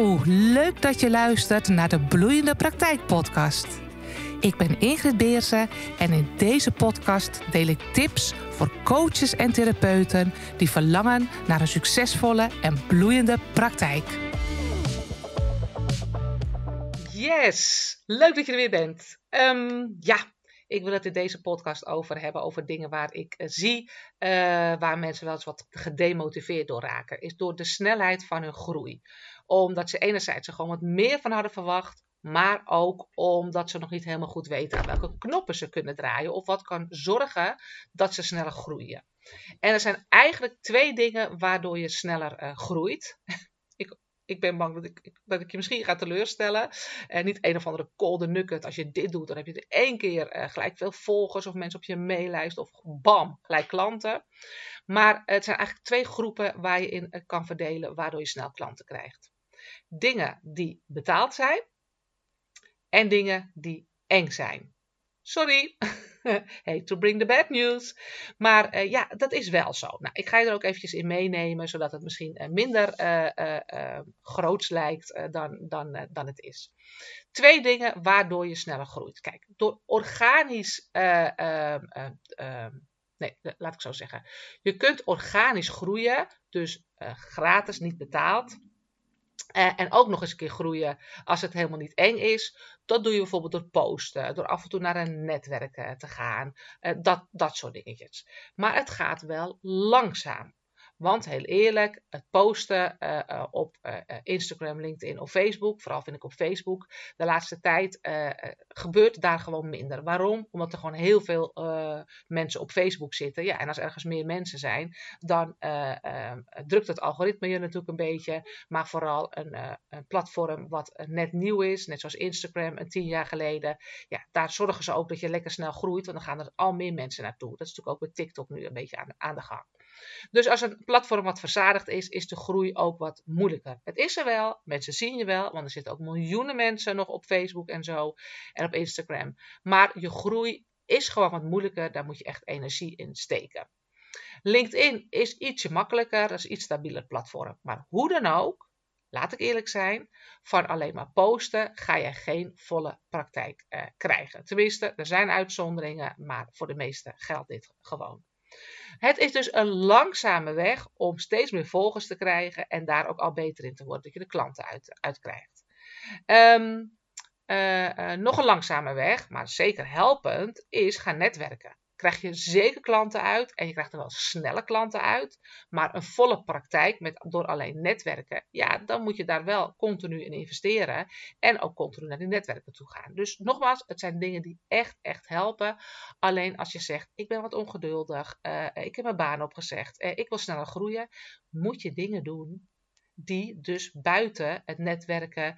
Hallo, leuk dat je luistert naar de Bloeiende Praktijk podcast. Ik ben Ingrid Beersen en in deze podcast deel ik tips voor coaches en therapeuten die verlangen naar een succesvolle en bloeiende praktijk. Yes, leuk dat je er weer bent. Ik wil het in deze podcast over dingen waar ik zie waar mensen wel eens wat gedemotiveerd door raken. Is door de snelheid van hun groei. Omdat ze enerzijds er gewoon wat meer van hadden verwacht, maar ook omdat ze nog niet helemaal goed weten aan welke knoppen ze kunnen draaien of wat kan zorgen dat ze sneller groeien. En er zijn eigenlijk 2 dingen waardoor je sneller groeit. Ik ben bang dat ik je misschien ga teleurstellen. Niet een of andere golden nugget. Als je dit doet, dan heb je in 1 keer gelijk veel volgers of mensen op je maillijst. Of bam, gelijk klanten. Maar het zijn eigenlijk 2 groepen waar je in kan verdelen, waardoor je snel klanten krijgt. Dingen die betaald zijn en dingen die eng zijn. Sorry, hate to bring the bad news. Maar dat is wel zo. Nou, ik ga je er ook eventjes in meenemen, zodat het misschien minder groots lijkt dan het is. 2 dingen waardoor je sneller groeit. Kijk, door organisch... Nee, laat ik zo zeggen. Je kunt organisch groeien, dus gratis, niet betaald. En ook nog eens een keer groeien als het helemaal niet eng is. Dat doe je bijvoorbeeld door posten, door af en toe naar een netwerk te gaan. Dat soort dingetjes. Maar het gaat wel langzaam. Want heel eerlijk, het posten op Instagram, LinkedIn of Facebook, vooral vind ik op Facebook, de laatste tijd gebeurt daar gewoon minder. Waarom? Omdat er gewoon heel veel mensen op Facebook zitten. Ja, en als ergens meer mensen zijn, dan drukt het algoritme je natuurlijk een beetje. Maar vooral een platform wat net nieuw is, net zoals Instagram 10 jaar geleden. Ja, daar zorgen ze ook dat je lekker snel groeit, want dan gaan er al meer mensen naartoe. Dat is natuurlijk ook bij TikTok nu een beetje aan de gang. Dus als een platform wat verzadigd is de groei ook wat moeilijker. Het is er wel, mensen zien je wel, want er zitten ook miljoenen mensen nog op Facebook en zo en op Instagram. Maar je groei is gewoon wat moeilijker, daar moet je echt energie in steken. LinkedIn is ietsje makkelijker, dat is een iets stabieler platform. Maar hoe dan ook, laat ik eerlijk zijn, van alleen maar posten ga je geen volle praktijk krijgen. Tenminste, er zijn uitzonderingen, maar voor de meesten geldt dit gewoon. Het is dus een langzame weg om steeds meer volgers te krijgen en daar ook al beter in te worden, dat je de klanten uit krijgt. Nog een langzame weg, maar zeker helpend, is gaan netwerken. Krijg je zeker klanten uit en je krijgt er wel snelle klanten uit, maar een volle praktijk door alleen netwerken, ja, dan moet je daar wel continu in investeren en ook continu naar die netwerken toe gaan. Dus nogmaals, het zijn dingen die echt helpen. Alleen als je zegt, ik ben wat ongeduldig, ik heb mijn baan opgezegd, ik wil sneller groeien, moet je dingen doen die dus buiten het netwerken,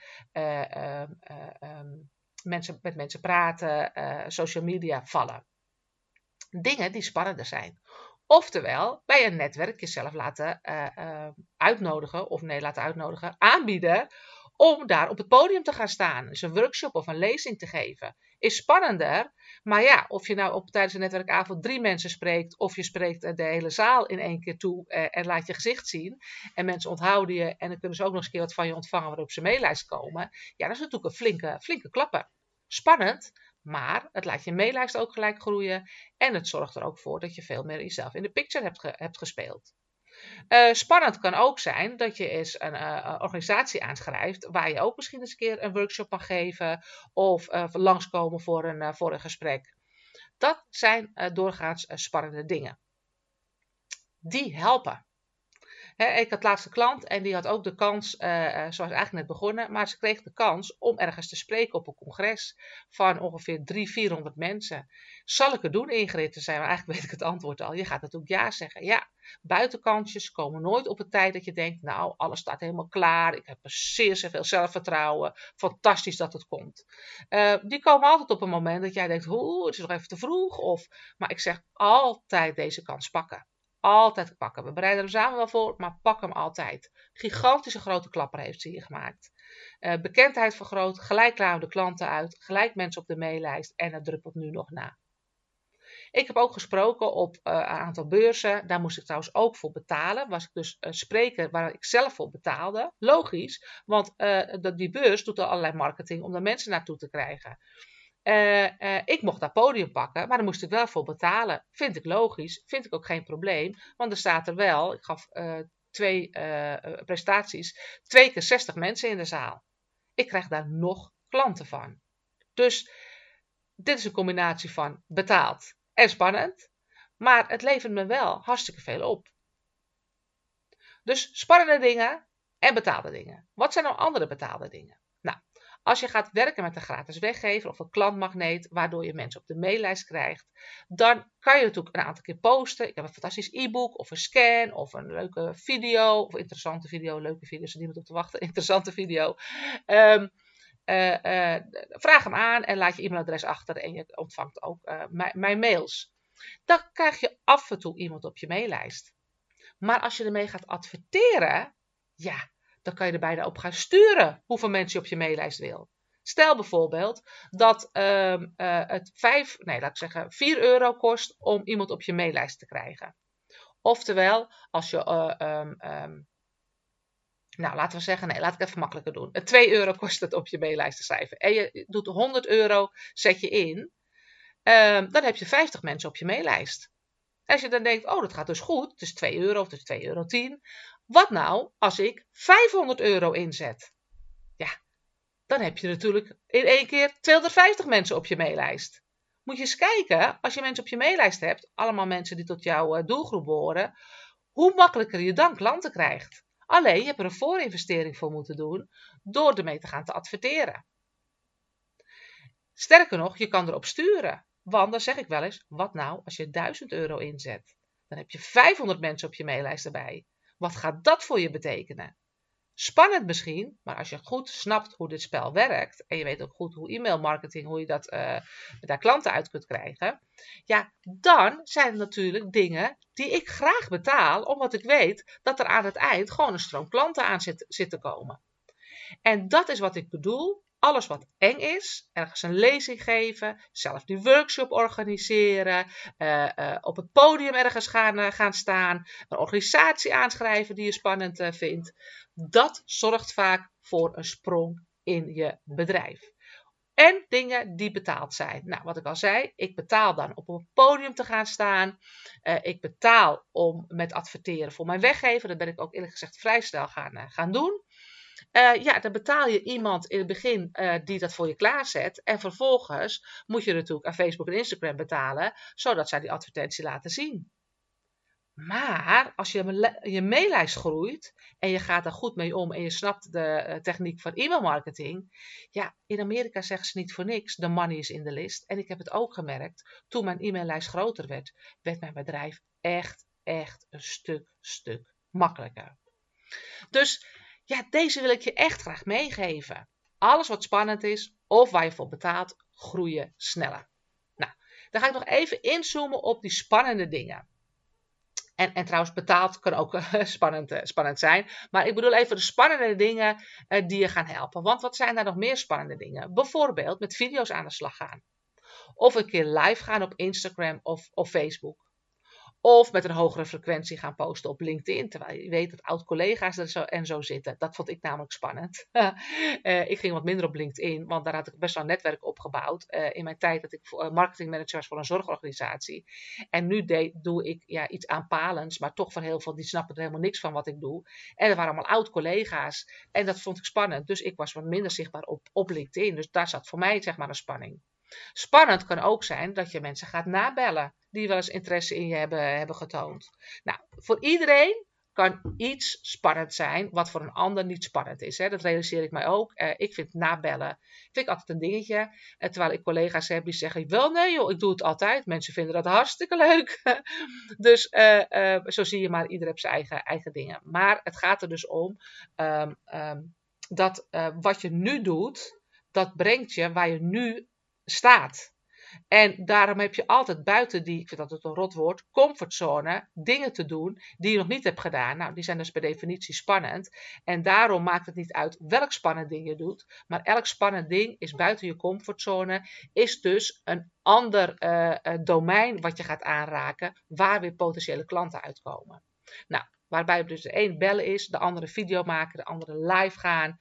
met mensen praten, social media vallen. Dingen die spannender zijn. Oftewel, bij een netwerk jezelf laten aanbieden om daar op het podium te gaan staan. Dus een workshop of een lezing te geven. Is spannender, maar ja, of je nou tijdens een netwerkavond 3 mensen spreekt, of je spreekt de hele zaal in 1 keer toe en laat je gezicht zien. En mensen onthouden je en dan kunnen ze ook nog eens een keer wat van je ontvangen waarop ze maillijst komen. Ja, dat is natuurlijk een flinke klapper. Spannend, maar het laat je maillijst ook gelijk groeien en het zorgt er ook voor dat je veel meer jezelf in de picture hebt gespeeld. Spannend kan ook zijn dat je eens een organisatie aanschrijft waar je ook misschien eens een keer een workshop mag geven of langskomen voor een gesprek. Dat zijn doorgaans spannende dingen. Die helpen. Ik had laatst een klant en die had ook de kans, zoals eigenlijk net begonnen, maar ze kreeg de kans om ergens te spreken op een congres van ongeveer 300-400 mensen. Zal ik het doen, Ingrid? Zei, maar eigenlijk weet ik het antwoord al. Je gaat natuurlijk ja zeggen. Ja, buitenkansjes komen nooit op het tijd dat je denkt, nou, alles staat helemaal klaar. Ik heb zeer veel zelfvertrouwen. Fantastisch dat het komt. Die komen altijd op een moment dat jij denkt, het is nog even te vroeg. Maar ik zeg altijd deze kans pakken. Altijd pakken. We bereiden hem samen wel voor, maar pak hem altijd. Gigantische grote klapper heeft ze hier gemaakt. Bekendheid vergroot, gelijk klaar de klanten uit, gelijk mensen op de maillijst en het druppelt nu nog na. Ik heb ook gesproken op een aantal beurzen. Daar moest ik trouwens ook voor betalen. Was ik dus een spreker waar ik zelf voor betaalde. Logisch, want die beurs doet al allerlei marketing om daar mensen naartoe te krijgen. Ik mocht daar podium pakken, maar daar moest ik wel voor betalen. Vind ik logisch, vind ik ook geen probleem. Want er staat er wel, ik gaf 2 prestaties, 2 keer 60 mensen in de zaal. Ik krijg daar nog klanten van. Dus dit is een combinatie van betaald en spannend. Maar het levert me wel hartstikke veel op. Dus spannende dingen en betaalde dingen. Wat zijn nou andere betaalde dingen? Nou, als je gaat werken met een gratis weggever of een klantmagneet, waardoor je mensen op de maillijst krijgt, dan kan je natuurlijk een aantal keer posten. Ik heb een fantastisch e-book of een scan of een leuke video of interessante video. Leuke video's, er niemand op te wachten. Interessante video. Vraag hem aan en laat je e-mailadres achter en je ontvangt ook mijn mails. Dan krijg je af en toe iemand op je maillijst. Maar als je ermee gaat adverteren, ja, dan kan je er bijna op gaan sturen hoeveel mensen je op je maillijst wil. Stel bijvoorbeeld dat het 4 euro kost om iemand op je maillijst te krijgen. Oftewel, als je, laten we zeggen, nee, laat ik even makkelijker doen. 2 euro kost het op je maillijst te schrijven. En je doet 100 euro, zet je in. Dan heb je 50 mensen op je maillijst. Als je dan denkt, oh, dat gaat dus goed, het is 2 euro of het is 2,10 euro. Wat nou als ik 500 euro inzet? Ja, dan heb je natuurlijk in één keer 250 mensen op je maillijst. Moet je eens kijken, als je mensen op je maillijst hebt, allemaal mensen die tot jouw doelgroep behoren, hoe makkelijker je dan klanten krijgt. Alleen, je hebt er een voorinvestering voor moeten doen door ermee te gaan te adverteren. Sterker nog, je kan erop sturen. Want dan zeg ik wel eens, wat nou als je 1000 euro inzet? Dan heb je 500 mensen op je maillijst erbij. Wat gaat dat voor je betekenen? Spannend misschien, maar als je goed snapt hoe dit spel werkt en je weet ook goed hoe e-mailmarketing, hoe je daar klanten uit kunt krijgen, ja, dan zijn er natuurlijk dingen die ik graag betaal, omdat ik weet dat er aan het eind gewoon een stroom klanten aan zit te komen. En dat is wat ik bedoel. Alles wat eng is, ergens een lezing geven, zelf die workshop organiseren, op het podium ergens gaan staan, een organisatie aanschrijven die je spannend vindt. Dat zorgt vaak voor een sprong in je bedrijf. En dingen die betaald zijn. Nou, wat ik al zei, ik betaal dan op een podium te gaan staan. Ik betaal om met adverteren voor mijn weggever. Dat ben ik ook eerlijk gezegd vrij snel gaan doen. Dan betaal je iemand in het begin die dat voor je klaarzet. En vervolgens moet je natuurlijk aan Facebook en Instagram betalen, zodat zij die advertentie laten zien. Maar als je maillijst groeit en je gaat daar goed mee om en je snapt de techniek van e-mailmarketing. Ja, in Amerika zeggen ze niet voor niks, the money is in the list. En ik heb het ook gemerkt, toen mijn e-maillijst groter werd mijn bedrijf echt een stuk makkelijker. Dus ja, deze wil ik je echt graag meegeven. Alles wat spannend is of waar je voor betaalt, groeien sneller. Nou, dan ga ik nog even inzoomen op die spannende dingen. En trouwens, betaald kan ook spannend zijn. Maar ik bedoel even de spannende dingen die je gaan helpen. Want wat zijn daar nog meer spannende dingen? Bijvoorbeeld met video's aan de slag gaan. Of een keer live gaan op Instagram of Facebook. Of met een hogere frequentie gaan posten op LinkedIn. Terwijl je weet dat oud-collega's er zo zitten. Dat vond ik namelijk spannend. Ik ging wat minder op LinkedIn. Want daar had ik best wel een netwerk opgebouwd. In mijn tijd dat ik marketingmanager was voor een zorgorganisatie. En nu doe ik iets aanpalends. Maar toch van heel veel die snappen er helemaal niks van wat ik doe. En er waren allemaal oud-collega's. En dat vond ik spannend. Dus ik was wat minder zichtbaar op LinkedIn. Dus daar zat voor mij zeg maar een spanning. Spannend kan ook zijn dat je mensen gaat nabellen die wel eens interesse in je hebben getoond. Nou, voor iedereen kan iets spannend zijn wat voor een ander niet spannend is. Hè. Dat realiseer ik mij ook. Ik vind nabellen vind ik altijd een dingetje. Terwijl ik collega's heb die zeggen, wel nee joh, ik doe het altijd. Mensen vinden dat hartstikke leuk. Dus zo zie je maar, ieder heeft zijn eigen dingen. Maar het gaat er dus om dat wat je nu doet, dat brengt je waar je nu staat. En daarom heb je altijd buiten die, ik vind dat het een rot woord, comfortzone, dingen te doen die je nog niet hebt gedaan. Nou, die zijn dus per definitie spannend. En daarom maakt het niet uit welk spannend ding je doet. Maar elk spannend ding is buiten je comfortzone, is dus een ander domein wat je gaat aanraken, waar weer potentiële klanten uitkomen. Nou, waarbij dus de een bellen is, de andere video maken, de andere live gaan.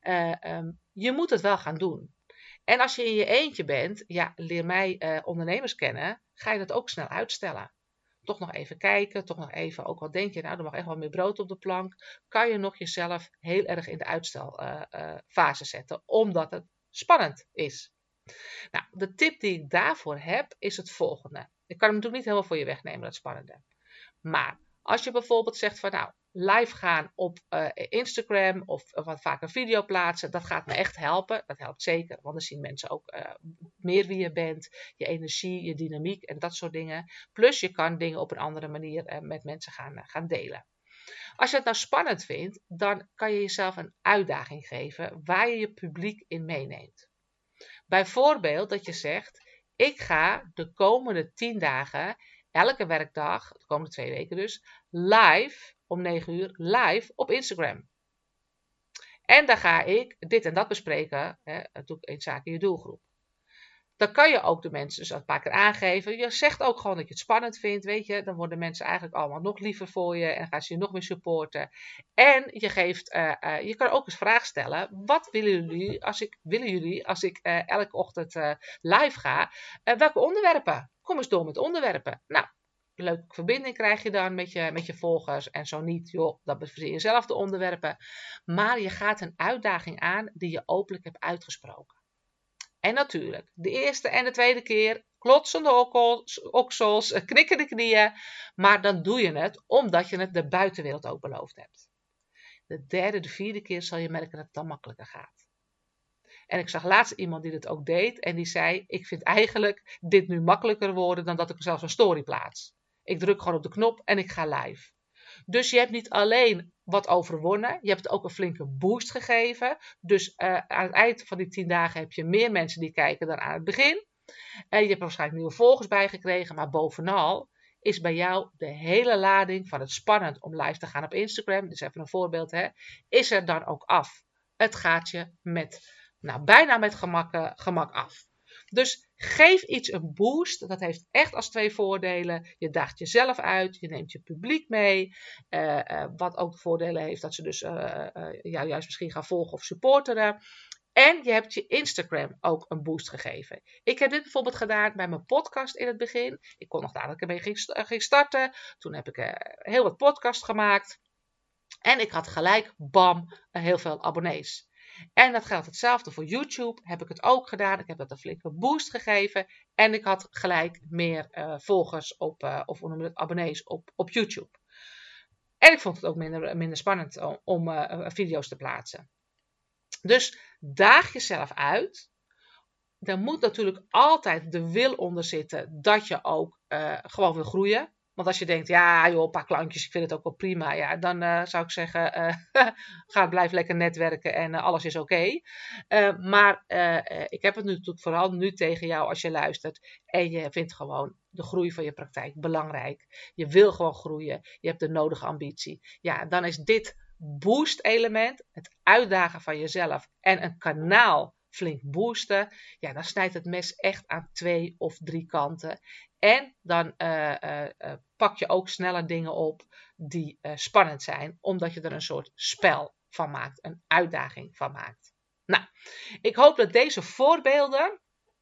Je moet het wel gaan doen. En als je in je eentje bent, ja, leer mij ondernemers kennen, ga je dat ook snel uitstellen. Toch nog even kijken, toch nog even, ook al denk je, nou, er mag echt wel meer brood op de plank, kan je nog jezelf heel erg in de uitstelfase zetten, omdat het spannend is. Nou, de tip die ik daarvoor heb, is het volgende. Ik kan hem natuurlijk niet helemaal voor je wegnemen, dat spannende. Maar als je bijvoorbeeld zegt van nou, live gaan op Instagram of wat vaker video plaatsen, dat gaat me echt helpen. Dat helpt zeker, want dan zien mensen ook meer wie je bent, je energie, je dynamiek en dat soort dingen. Plus je kan dingen op een andere manier met mensen gaan delen. Als je het nou spannend vindt, dan kan je jezelf een uitdaging geven waar je je publiek in meeneemt. Bijvoorbeeld dat je zegt, ik ga de komende 10 dagen, elke werkdag, de komende 2 weken dus, live om 9 uur, live op Instagram. En dan ga ik dit en dat bespreken, dat doe ik in zaken je doelgroep. Dan kan je ook de mensen dus een paar keer aangeven. Je zegt ook gewoon dat je het spannend vindt, weet je. Dan worden mensen eigenlijk allemaal nog liever voor je en gaan ze je nog meer supporten. En je kan ook eens vraag stellen. Wat willen jullie als ik elke ochtend live ga? Welke onderwerpen? Kom eens door met onderwerpen. Nou, leuke verbinding krijg je dan met je volgers. En zo niet, joh, dan verzin je zelf de onderwerpen. Maar je gaat een uitdaging aan die je openlijk hebt uitgesproken. En natuurlijk, de eerste en de tweede keer klotsende oksels, knikkende knieën. Maar dan doe je het omdat je het de buitenwereld ook beloofd hebt. De derde, de vierde keer zal je merken dat het dan makkelijker gaat. En ik zag laatst iemand die dit ook deed en die zei, ik vind eigenlijk dit nu makkelijker worden dan dat ik zelfs een story plaats. Ik druk gewoon op de knop en ik ga live. Dus je hebt niet alleen wat overwonnen, je hebt ook een flinke boost gegeven. Dus aan het eind van die 10 dagen heb je meer mensen die kijken dan aan het begin. Je hebt waarschijnlijk nieuwe volgers bijgekregen, maar bovenal is bij jou de hele lading van het spannend om live te gaan op Instagram, dus even een voorbeeld, is er dan ook af. Het gaat je bijna met gemak af. Dus geef iets een boost. Dat heeft echt als 2 voordelen. Je daagt jezelf uit. Je neemt je publiek mee. Wat ook de voordelen heeft dat ze dus jou juist misschien gaan volgen of supporteren. En je hebt je Instagram ook een boost gegeven. Ik heb dit bijvoorbeeld gedaan bij mijn podcast in het begin. Ik kon nog dadelijk ermee ging starten. Toen heb ik heel wat podcasts gemaakt. En ik had gelijk, bam, heel veel abonnees. En dat geldt hetzelfde voor YouTube. Heb ik het ook gedaan. Ik heb dat een flinke boost gegeven. En ik had gelijk meer volgers of abonnees op YouTube. En ik vond het ook minder spannend om video's te plaatsen. Dus daag jezelf uit. Er moet natuurlijk altijd de wil onder zitten dat je ook gewoon wil groeien. Want als je denkt, ja joh, een paar klantjes, ik vind het ook wel prima. Ja, dan zou ik zeggen, blijf lekker netwerken en alles is oké. Maar ik heb het natuurlijk vooral nu tegen jou als je luistert. En je vindt gewoon de groei van je praktijk belangrijk. Je wil gewoon groeien. Je hebt de nodige ambitie. Ja, dan is dit boost element, het uitdagen van jezelf en een kanaal flink boosten, ja, dan snijdt het mes echt aan 2 of 3 kanten. En dan pak je ook sneller dingen op die spannend zijn, omdat je er een soort spel van maakt, een uitdaging van maakt. Nou, ik hoop dat deze voorbeelden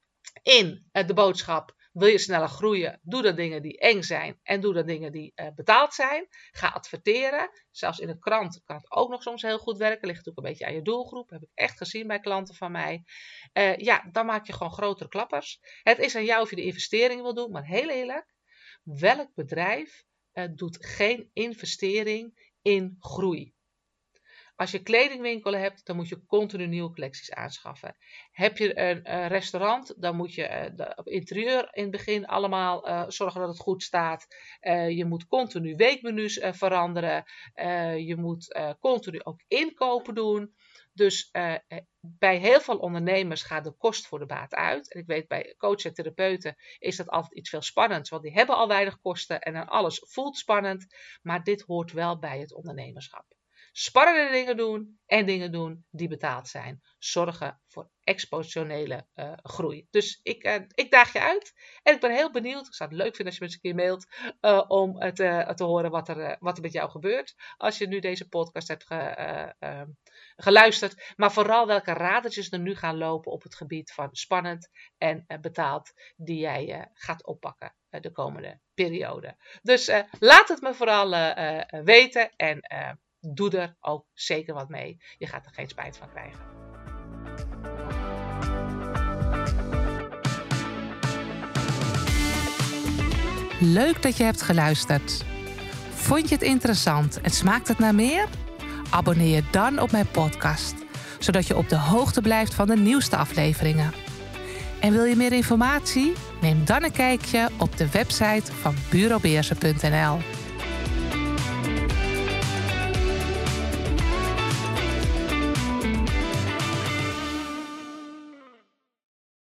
in de boodschap, wil je sneller groeien, doe dan dingen die eng zijn en doe dan dingen die betaald zijn. Ga adverteren. Zelfs in de krant kan het ook nog soms heel goed werken. Ligt natuurlijk een beetje aan je doelgroep. Heb ik echt gezien bij klanten van mij. Dan maak je gewoon grotere klappers. Het is aan jou of je de investering wil doen. Maar heel eerlijk, welk bedrijf doet geen investering in groei? Als je kledingwinkel hebt, dan moet je continu nieuwe collecties aanschaffen. Heb je een restaurant, dan moet je op interieur in het begin allemaal zorgen dat het goed staat. Je moet continu weekmenu's veranderen. Je moet continu ook inkopen doen. Dus bij heel veel ondernemers gaat de kost voor de baat uit. En ik weet, bij coaches en therapeuten is dat altijd iets veel spannends. Want die hebben al weinig kosten en dan alles voelt spannend. Maar dit hoort wel bij het ondernemerschap. Spannende dingen doen en dingen doen die betaald zijn. Zorgen voor exponentiële groei. Dus ik daag je uit. En ik ben heel benieuwd. Ik zou het leuk vinden als je me eens een keer mailt. Om te horen wat er met jou gebeurt. Als je nu deze podcast hebt geluisterd. Maar vooral welke radertjes er nu gaan lopen op het gebied van spannend en betaald. Die jij gaat oppakken de komende periode. Dus laat het me vooral weten. En doe er ook zeker wat mee. Je gaat er geen spijt van krijgen. Leuk dat je hebt geluisterd. Vond je het interessant en smaakt het naar meer? Abonneer je dan op mijn podcast, zodat je op de hoogte blijft van de nieuwste afleveringen. En wil je meer informatie? Neem dan een kijkje op de website van bureaubeheersen.nl.